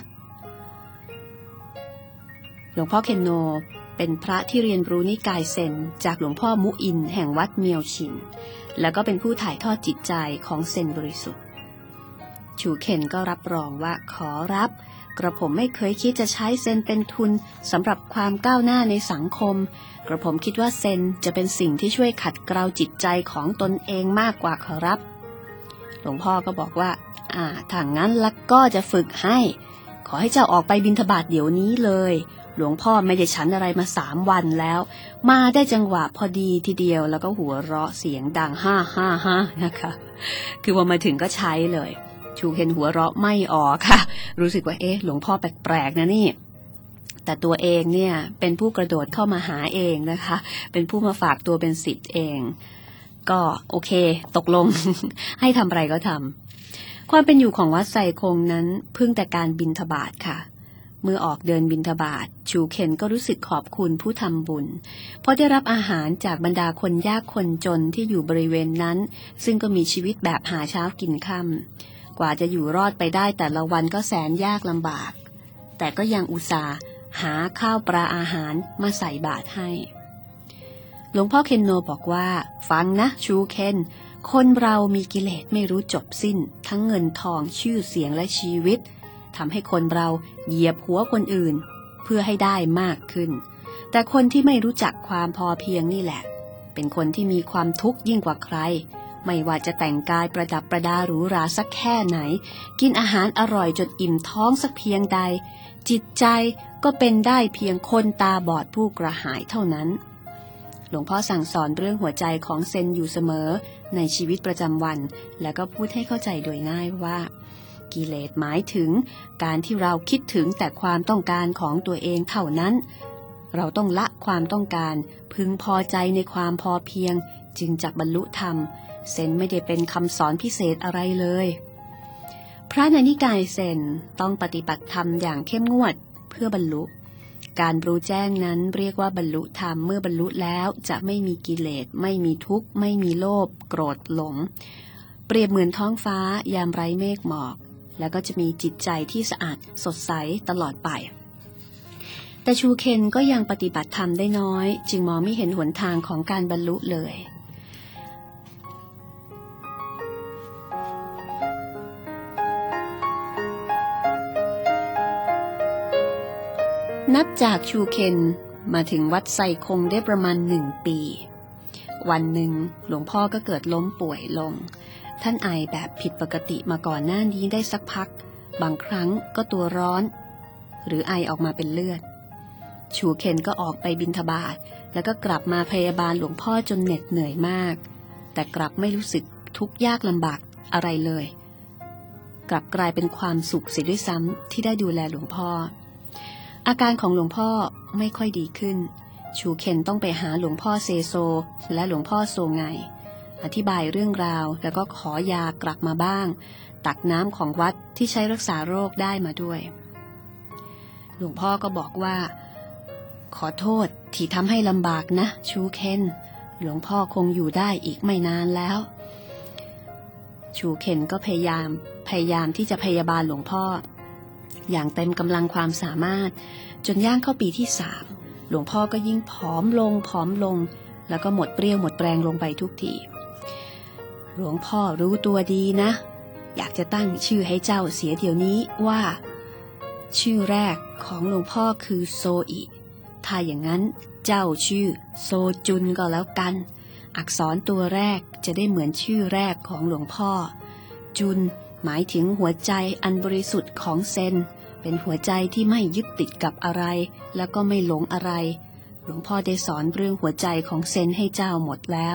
Speaker 2: หลวงพ่อเคนโนเป็นพระที่เรียนรู้นิกายเซนจากหลวงพ่อมุอินแห่งวัดเมียวชินแล้วก็เป็นผู้ถ่ายทอดจิตใจของเซนบริสุทธิ์ชูเคนก็รับรองว่าขอรับกระผมไม่เคยคิดจะใช้เซนเป็นทุนสำหรับความก้าวหน้าในสังคมกระผมคิดว่าเซนจะเป็นสิ่งที่ช่วยขัดเกลาจิตใจของตนเองมากกว่าขอรับหลวงพ่อก็บอกว่าอ่าถ้างั้นแล้วก็จะฝึกให้ขอให้เจ้าออกไปบิณฑบาตเดี๋ยวนี้เลยหลวงพ่อไม่ได้ฉันอะไรมาสามวันแล้วมาได้จังหวะพอดีทีเดียวแล้วก็หัวเราะเสียงดังฮ่าฮ่าฮ่านะคะคือพอมาถึงก็ใช้เลยชูเคนหัวเราะไม่ออกค่ะรู้สึกว่าเอ๊ะหลวงพ่อแปลกๆนะนี่แต่ตัวเองเนี่ยเป็นผู้กระโดดเข้ามาหาเองนะคะเป็นผู้มาฝากตัวเป็นศิษย์เองก็โอเคตกลง ให้ทำอะไรก็ทำความเป็นอยู่ของวัดไซคงนั้นพึ่งแต่การบิณฑบาตค่ะเมื่อออกเดินบิณฑบาตชูเคนก็รู้สึกขอบคุณผู้ทำบุญเพราะได้รับอาหารจากบรรดาคนยากคนจนที่อยู่บริเวณนั้นซึ่งก็มีชีวิตแบบหาเช้ากินค่ำกว่าจะอยู่รอดไปได้แต่ละวันก็แสนยากลำบากแต่ก็ยังอุตส่าห์หาข้าวปลาอาหารมาใส่บาตรให้หลวงพ่อเคนโนบอกว่าฟังนะชูเคนคนเรามีกิเลสไม่รู้จบสิ้นทั้งเงินทองชื่อเสียงและชีวิตทำให้คนเราเหยียบหัวคนอื่นเพื่อให้ได้มากขึ้นแต่คนที่ไม่รู้จักความพอเพียงนี่แหละเป็นคนที่มีความทุกข์ยิ่งกว่าใครไม่ว่าจะแต่งกายประดับประดาหรูหราสักแค่ไหนกินอาหารอร่อยจนอิ่มท้องสักเพียงใดจิตใจก็เป็นได้เพียงคนตาบอดผู้กระหายเท่านั้นหลวงพ่อสั่งสอนเรื่องหัวใจของเซนอยู่เสมอในชีวิตประจำวันแล้วก็พูดให้เข้าใจโดยง่ายว่ากิเลสหมายถึงการที่เราคิดถึงแต่ความต้องการของตัวเองเท่านั้นเราต้องละความต้องการพึงพอใจในความพอเพียงจึงจักบรรลุธรรมเซนไม่ได้เป็นคำสอนพิเศษอะไรเลยพระในนิกายเซนต้องปฏิบัติธรรมอย่างเข้มงวดเพื่อบรรลุการรู้แจ้งนั้นเรียกว่าบรรลุธรรมเมื่อบรรลุแล้วจะไม่มีกิเลสไม่มีทุกข์ไม่มีโลภโกรธหลงเปรียบเหมือนท้องฟ้ายามไร้เมฆหมอกแล้วก็จะมีจิตใจที่สะอาดสดใสตลอดไปแต่ชูเคนก็ยังปฏิบัติธรรมได้น้อยจึงมองไม่เห็นหนทางของการบรรลุเลยนับจากชูเคนมาถึงวัดไซคงได้ประมาณหนึ่งปีวันหนึ่งหลวงพ่อก็เกิดล้มป่วยลงท่านไอแบบผิดปกติมาก่อนหน้านี้ได้สักพักบางครั้งก็ตัวร้อนหรือไอออกมาเป็นเลือดชูเคนก็ออกไปบิณฑบาตแล้วก็กลับมาพยาบาลหลวงพ่อจนเหน็ดเหนื่อยมากแต่กลับไม่รู้สึกทุกข์ยากลำบากอะไรเลยกลับกลายเป็นความสุขเสียด้วยซ้ำที่ได้ดูแลหลวงพ่ออาการของหลวงพ่อไม่ค่อยดีขึ้นชูเคนต้องไปหาหลวงพ่อเซโซและหลวงพ่อโซไงอธิบายเรื่องราวแล้วก็ขอยากลับมาบ้างตักน้ำของวัดที่ใช้รักษาโรคได้มาด้วยหลวงพ่อก็บอกว่าขอโทษที่ทำให้ลำบากนะชูเคนหลวงพ่อคงอยู่ได้อีกไม่นานแล้วชูเคนก็พยายามพยายามที่จะพยาบาลหลวงพ่ออย่างเต็มกำลังความสามารถจนย่างเข้าปีที่สามหลวงพ่อก็ยิ่งผอมลงผอมลงแล้วก็หมดเปรี้ยวหมดแรงลงไปทุกทีหลวงพ่อรู้ตัวดีนะอยากจะตั้งชื่อให้เจ้าเสียเดี๋ยวนี้ว่าชื่อแรกของหลวงพ่อคือโซอิถ้าอย่างนั้นเจ้าชื่อโซจุนก็แล้วกันอักษรตัวแรกจะได้เหมือนชื่อแรกของหลวงพ่อจุนหมายถึงหัวใจอันบริสุทธิ์ของเซนเป็นหัวใจที่ไม่ยึดติดกับอะไรแล้วก็ไม่หลงอะไรหลวงพ่อได้สอนเรื่องหัวใจของเซนให้เจ้าหมดแล้ว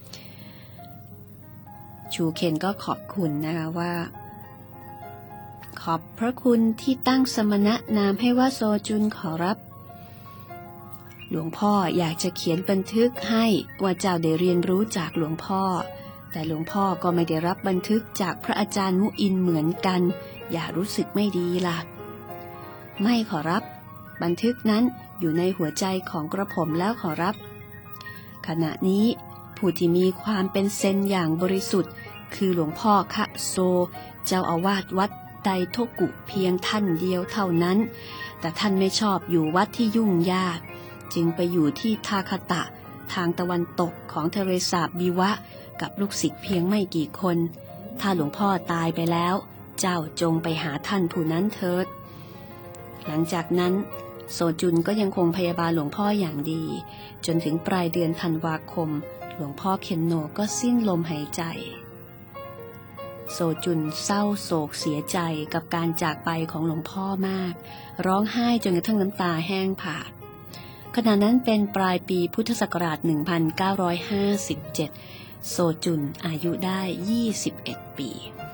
Speaker 2: ชูเคนก็ขอบคุณนะคะว่าขอบพระคุณที่ตั้งสมณนามให้ว่าโซจุนขอรับหลวงพ่ออยากจะเขียนบันทึกให้ว่าเจ้าได้เรียนรู้จากหลวงพ่อแต่หลวงพ่อก็ไม่ได้รับบันทึกจากพระอาจารย์มุอินเหมือนกันอย่ารู้สึกไม่ดีล่ะไม่ขอรับบันทึกนั้นอยู่ในหัวใจของกระผมแล้วขอรับขณะนี้ผู้ที่มีความเป็นเซนอย่างบริสุทธิ์คือหลวงพ่อคะโซเจ้าอาวาสวัดไดโทกุเพียงท่านเดียวเท่านั้นแต่ท่านไม่ชอบอยู่วัดที่ยุ่งยากจึงไปอยู่ที่ทาคาตะทางตะวันตกของเทเรซาบิวะกับลูกศิษย์เพียงไม่กี่คนถ้าหลวงพ่อตายไปแล้วเจ้าจงไปหาท่านผู้นั้นเถิดหลังจากนั้นโซจุนก็ยังคงพยาบาลหลวงพ่ออย่างดีจนถึงปลายเดือนธันวาคมหลวงพ่อเคนโนก็สิ้นลมหายใจโซจุนเศร้าโศกเสียใจกับการจากไปของหลวงพ่อมากร้องไห้จนกระทั่งน้ำตาแห้งผากขณะนั้นเป็นปลายปีพุทธศักราชหนึ่งพันเก้าร้อยห้าสิบเจ็ดโซจุนอายุได้ยี่สิบเอ็ดปี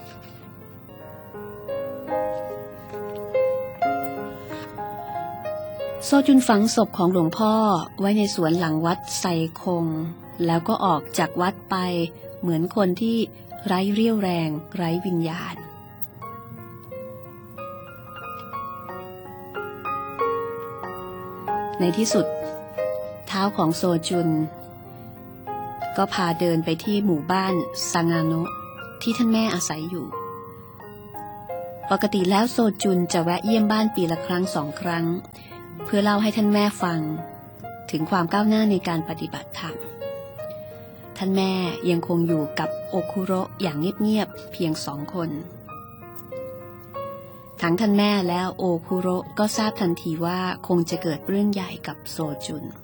Speaker 2: โซจุนฝังศพของหลวงพ่อไว้ในสวนหลังวัดไซคงแล้วก็ออกจากวัดไปเหมือนคนที่ไร้เรี่ยวแรงไร้วิญญาณในที่สุดเท้าของโซจุนก็พาเดินไปที่หมู่บ้านซางาโนะที่ท่านแม่อาศัยอยู่ปกติแล้วโซจุนจะแวะเยี่ยมบ้านปีละครั้งสองครั้งเพื่อเล่าให้ท่านแม่ฟังถึงความก้าวหน้าในการปฏิบัติธรรมท่านแม่ยังคงอยู่กับโอคุโระอย่างเงียบๆเพียงสองคนทั้งท่านแม่และโอคุโระก็ทราบทันทีว่าคงจะเกิดเรื่องใหญ่กับโซจุน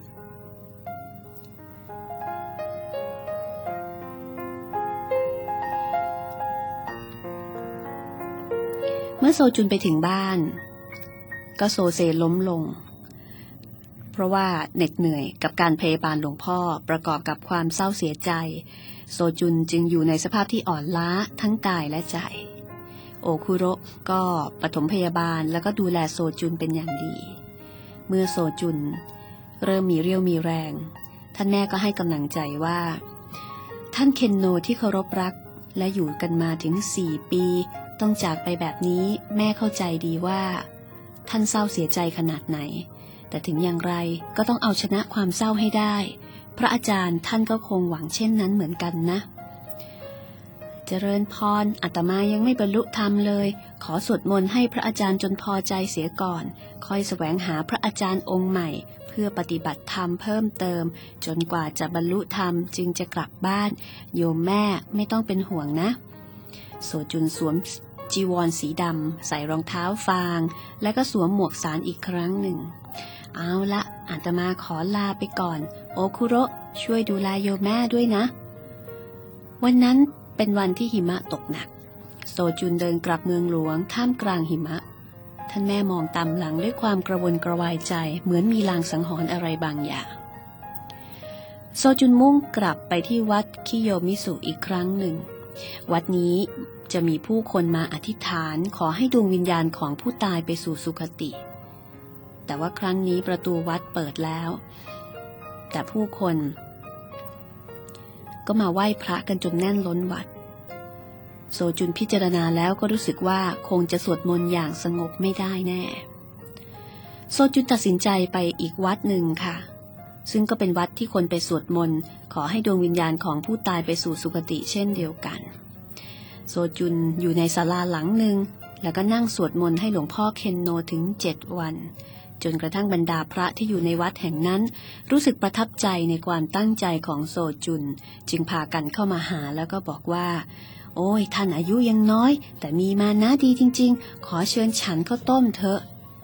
Speaker 2: เมื่อโซจุนไปถึงบ้านก็โซเซล้มลงเพราะว่าเหน็ดเหนื่อยกับการพยาบาลหลวงพ่อประกอบกับความเศร้าเสียใจโซจุนจึงอยู่ในสภาพที่อ่อนล้าทั้งกายและใจโอคุโระก็ปฐมพยาบาลแล้วก็ดูแลโซจุนเป็นอย่างดีเมื่อโซจุนเริ่มมีเรี่ยวมีแรงท่านแม่ก็ให้กำลังใจว่าท่านเคนโนที่เคารพรักและอยู่กันมาถึงสี่ปีต้องจากไปแบบนี้แม่เข้าใจดีว่าท่านเศร้าเสียใจขนาดไหนแต่ถึงอย่างไรก็ต้องเอาชนะความเศร้าให้ได้พระอาจารย์ท่านก็คงหวังเช่นนั้นเหมือนกันนะเจริญพรอาตมายังไม่บรรลุธรรมเลยขอสวดมนต์ให้พระอาจารย์จนพอใจเสียก่อนค่อยแสวงหาพระอาจารย์องค์ใหม่เพื่อปฏิบัติธรรมเพิ่มเติมจนกว่าจะบรรลุธรรมจึงจะกลับบ้านโยมแม่ไม่ต้องเป็นห่วงนะโสจุนสวมจีวรสีดำใส่รองเท้าฟางและก็สวมหมวกสารอีกครั้งหนึ่งเอาละอาตมาขอลาไปก่อนโอคุโระช่วยดูแลโยมแม่ด้วยนะวันนั้นเป็นวันที่หิมะตกหนักโซจุนเดินกลับเมืองหลวงท่ามกลางหิมะท่านแม่มองตามหลังด้วยความกระวนกระวายใจเหมือนมีลางสังหรณ์อะไรบางอย่างโซจุนมุ่งกลับไปที่วัดคิโยมิสุอีกครั้งหนึ่งวัดนี้จะมีผู้คนมาอธิษฐานขอให้ดวงวิญญาณของผู้ตายไปสู่สุคติแต่ว่าครั้งนี้ประตูวัดเปิดแล้วแต่ผู้คนก็มาไหว้พระกันจนแน่นล้นวัดโซจุนพิจารณาแล้วก็รู้สึกว่าคงจะสวดมนต์อย่างสงบไม่ได้แน่โซจุนตัดสินใจไปอีกวัดหนึ่งค่ะซึ่งก็เป็นวัดที่คนไปสวดมนต์ขอให้ดวงวิญญาณของผู้ตายไปสู่สุคติเช่นเดียวกันโซจุนอยู่ในศาลาหลังหนึ่งแล้วก็นั่งสวดมนต์ให้หลวงพ่อเคนโนถึงเจ็ดวันจนกระทั่งบรรดาพระที่อยู่ในวัดแห่งนั้นรู้สึกประทับใจในความตั้งใจของโซจุนจึงพากันเข้ามาหาแล้วก็บอกว่าโอ้ยท่านอายุยังน้อยแต่มีมานะดีจริงๆขอเชิญฉันข้าวต้มเถอะ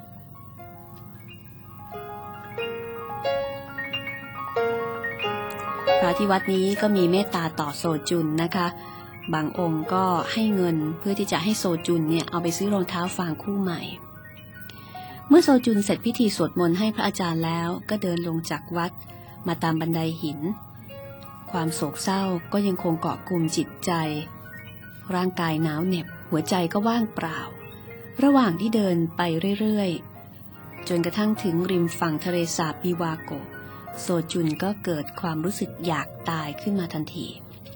Speaker 2: พระที่วัดนี้ก็มีเมตตาต่อโซจุนนะคะบางองค์ก็ให้เงินเพื่อที่จะให้โซจุนเนี่ยเอาไปซื้อรองเท้าฟางคู่ใหม่เมื่อโซจุนเสร็จพิธีสวดมนต์ให้พระอาจารย์แล้วก็เดินลงจากวัดมาตามบันไดหินความโศกเศร้าก็ยังคงเกาะกลุ่มจิตใจร่างกายหนาวเหน็บหัวใจก็ว่างเปล่าระหว่างที่เดินไปเรื่อยๆจนกระทั่งถึงริมฝั่งทะเลสาบบิวาโกะโซจุนก็เกิดความรู้สึกอยากตายขึ้นมาทันที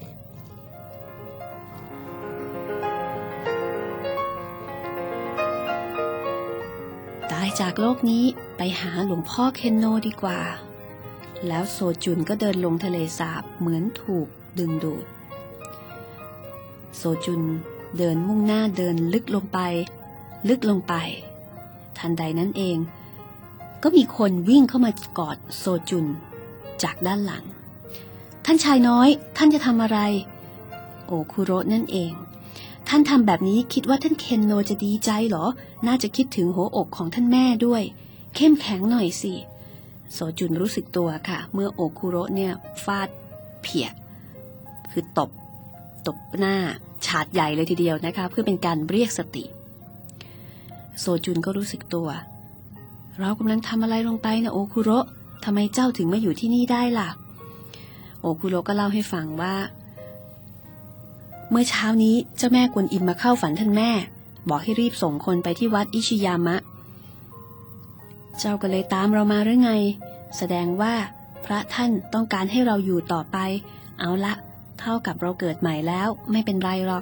Speaker 2: ตายจากโลกนี้ไปหาหลวงพ่อเคนโนดีกว่าแล้วโซจุนก็เดินลงทะเลสาบเหมือนถูกดึงดูดโซจุนเดินมุ่งหน้าเดินลึกลงไปลึกลงไปทันใดนั้นเองก็มีคนวิ่งเข้ามากอดโซจุนจากด้านหลังท่านชายน้อยท่านจะทำอะไรโอคุโระนั่นเองท่านทำแบบนี้คิดว่าท่านเคนโนจะดีใจเหรอน่าจะคิดถึงหัวอกของท่านแม่ด้วยเข้มแข็งหน่อยสิโซจุนรู้สึกตัวค่ะเมื่อโอคุโระเนี่ยฟาดเพียคือตบตบหน้าฉาดใหญ่เลยทีเดียวนะคะเพื่อเป็นการเรียกสติโซจุนก็รู้สึกตัวเรากำลังทำอะไรลงไปนะโอคุโระทำไมเจ้าถึงมาอยู่ที่นี่ได้ล่ะโอคุโระก็เล่าให้ฟังว่าเมื่อเช้านี้เจ้าแม่กวนอิมมาเข้าฝันท่านแม่บอกให้รีบส่งคนไปที่วัดอิชิยามะเจ้าก็เลยตามเรามาหรือไงแสดงว่าพระท่านต้องการให้เราอยู่ต่อไปเอาละเท่ากับเราเกิดใหม่แล้วไม่เป็นไรหรอก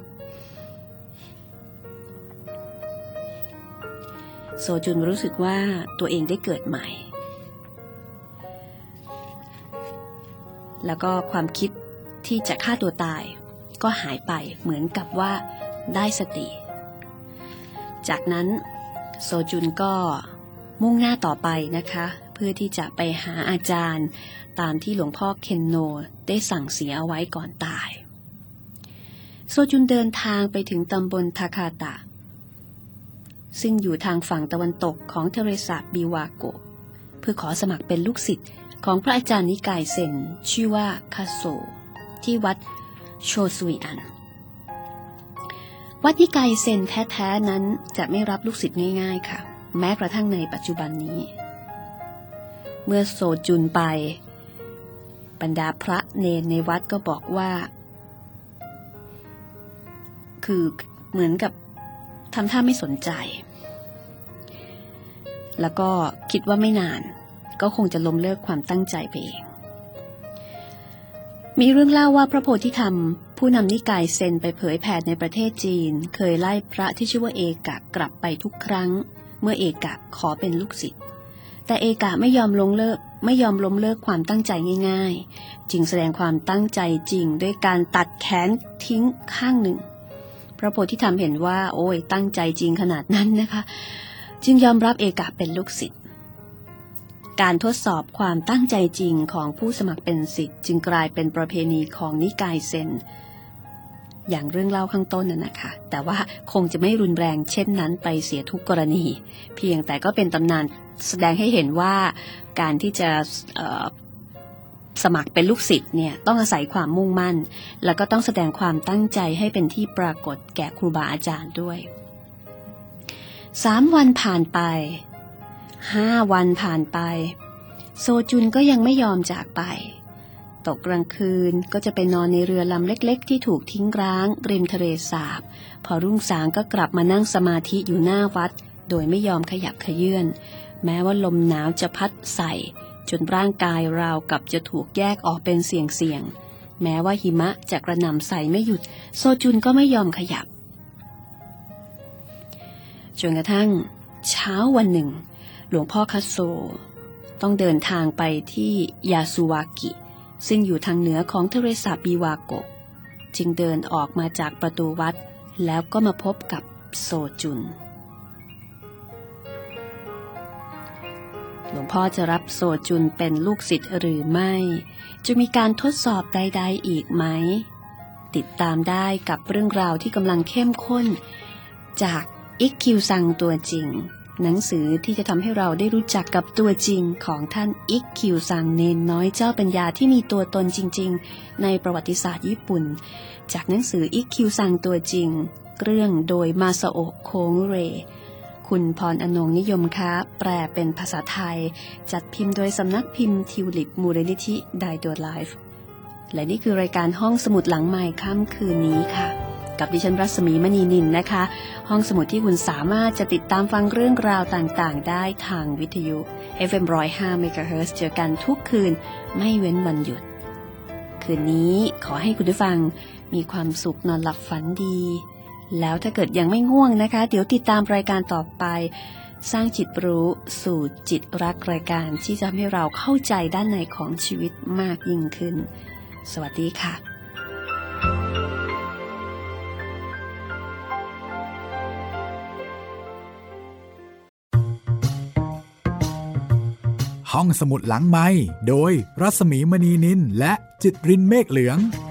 Speaker 2: โซจุนรู้สึกว่าตัวเองได้เกิดใหม่แล้วก็ความคิดที่จะฆ่าตัวตายก็หายไปเหมือนกับว่าได้สติจากนั้นโซจุนก็มุ่งหน้าต่อไปนะคะเพื่อที่จะไปหาอาจารย์ตามที่หลวงพ่อเคนโนได้สั่งเสียเอาไว้ก่อนตายโซจุนเดินทางไปถึงตำบลทาคาตะซึ่งอยู่ทางฝั่งตะวันตกของทะเลสาบบิวาโกะเพื่อขอสมัครเป็นลูกศิษย์ของพระอาจารย์นิกายเซ็นชื่อว่าคาโซที่วัดโชซุยอันวัดนิกายเซ็นแท้ๆนั้นจะไม่รับลูกศิษย์ง่ายๆค่ะแม้กระทั่งในปัจจุบันนี้เมื่อโซจุนไปบรรดาพระเนรในวัดก็บอกว่าคือเหมือนกับทำท่าไม่สนใจแล้วก็คิดว่าไม่นานก็คงจะล้มเลิกความตั้งใจไปเองมีเรื่องเล่าว่าพระโพธิธรรมผู้นำนิกายเซนไปเผยแผ่ในประเทศจีนเคยไล่พระที่ชื่อว่าเอกะกลับไปทุกครั้งเมื่อเอกะขอเป็นลูกศิษย์แต่เอกะไม่ยอมลงเลิกไม่ยอมล้มเลิกความตั้งใจง่ายๆจึงแสดงความตั้งใจจริงด้วยการตัดแขนทิ้งข้างหนึ่งพระโพธิธรรมเห็นว่าโอ้ยตั้งใจจริงขนาดนั้นนะคะจึงยอมรับเอกะเป็นลูกศิษย์การทดสอบความตั้งใจจริงของผู้สมัครเป็นศิษย์จึงกลายเป็นประเพณีของนิกายเซนอย่างเรื่องเล่าข้างต้นน่ะนะคะแต่ว่าคงจะไม่รุนแรงเช่นนั้นไปเสียทุกกรณีเพียงแต่ก็เป็นตำนานแสดงให้เห็นว่าการที่จะสมัครเป็นลูกศิษย์เนี่ยต้องอาศัยความมุ่งมั่นแล้วก็ต้องแสดงความตั้งใจให้เป็นที่ปรากฏแก่ครูบาอาจารย์ด้วยสามวันผ่านไปห้าวันผ่านไปโซจุนก็ยังไม่ยอมจากไปตกกลางคืนก็จะไปนอนในเรือลำเล็กๆที่ถูกทิ้งร้างริมทะเลสาบพอรุ่งสางก็กลับมานั่งสมาธิอยู่หน้าวัดโดยไม่ยอมขยับเขยื้อนแม้ว่าลมหนาวจะพัดใส่จนร่างกายราวกับจะถูกแยกออกเป็นเสี่ยงๆแม้ว่าหิมะจะกระหน่ำใส่ไม่หยุดโซจุนก็ไม่ยอมขยับจนกระทั่งเช้าวันหนึ่งหลวงพ่อคัตโซต้องเดินทางไปที่ยาสุวากิซึ่งอยู่ทางเหนือของทะเลสาบบิวาโกะจึงเดินออกมาจากประตูวัดแล้วก็มาพบกับโซจุนหลวงพ่อจะรับโซจุนเป็นลูกศิษย์หรือไม่จะมีการทดสอบใดๆอีกไหมติดตามได้กับเรื่องราวที่กำลังเข้มข้นจากอิกคิวซังตัวจริงหนังสือที่จะทำให้เราได้รู้จักกับตัวจริงของท่านอิกคิวซังเนนน้อยเจ้าปัญญาที่มีตัวตนจริงๆในประวัติศาสตร์ญี่ปุ่นจากหนังสืออิกคิวซังตัวจริงเรื่องโดยมาซาโอะโคงเรคุณพรอนงนิยมค้าแปลเป็นภาษาไทยจัดพิมพ์โดยสำนักพิมพ์ทิวลิปมูลนิธิไดโดไลฟ์และนี่คือรายการห้องสมุดหลังใหม่ค่ำคืนนี้ค่ะกับดิฉันรัศมีมณีนินนะคะห้องสมุดที่คุณสามารถจะติดตามฟังเรื่องราวต่างๆได้ทางวิทยุ เอฟ เอ็ม หนึ่งศูนย์ห้า เมกะเฮิรตซ์เจอกันทุกคืนไม่เว้นวันหยุดคืนนี้ขอให้คุณผู้ฟังมีความสุขนอนหลับฝันดีแล้วถ้าเกิดยังไม่ง่วงนะคะเดี๋ยวติดตามรายการต่อไปสร้างจิตรู้สู่จิตรักรายการที่จะให้เราเข้าใจด้านในของชีวิตมากยิ่งขึ้นสวัสดีค่ะ
Speaker 1: ห้องสมุดหลังไมค์โดยรัศมีมณีนินและจิตรินเมฆเหลือง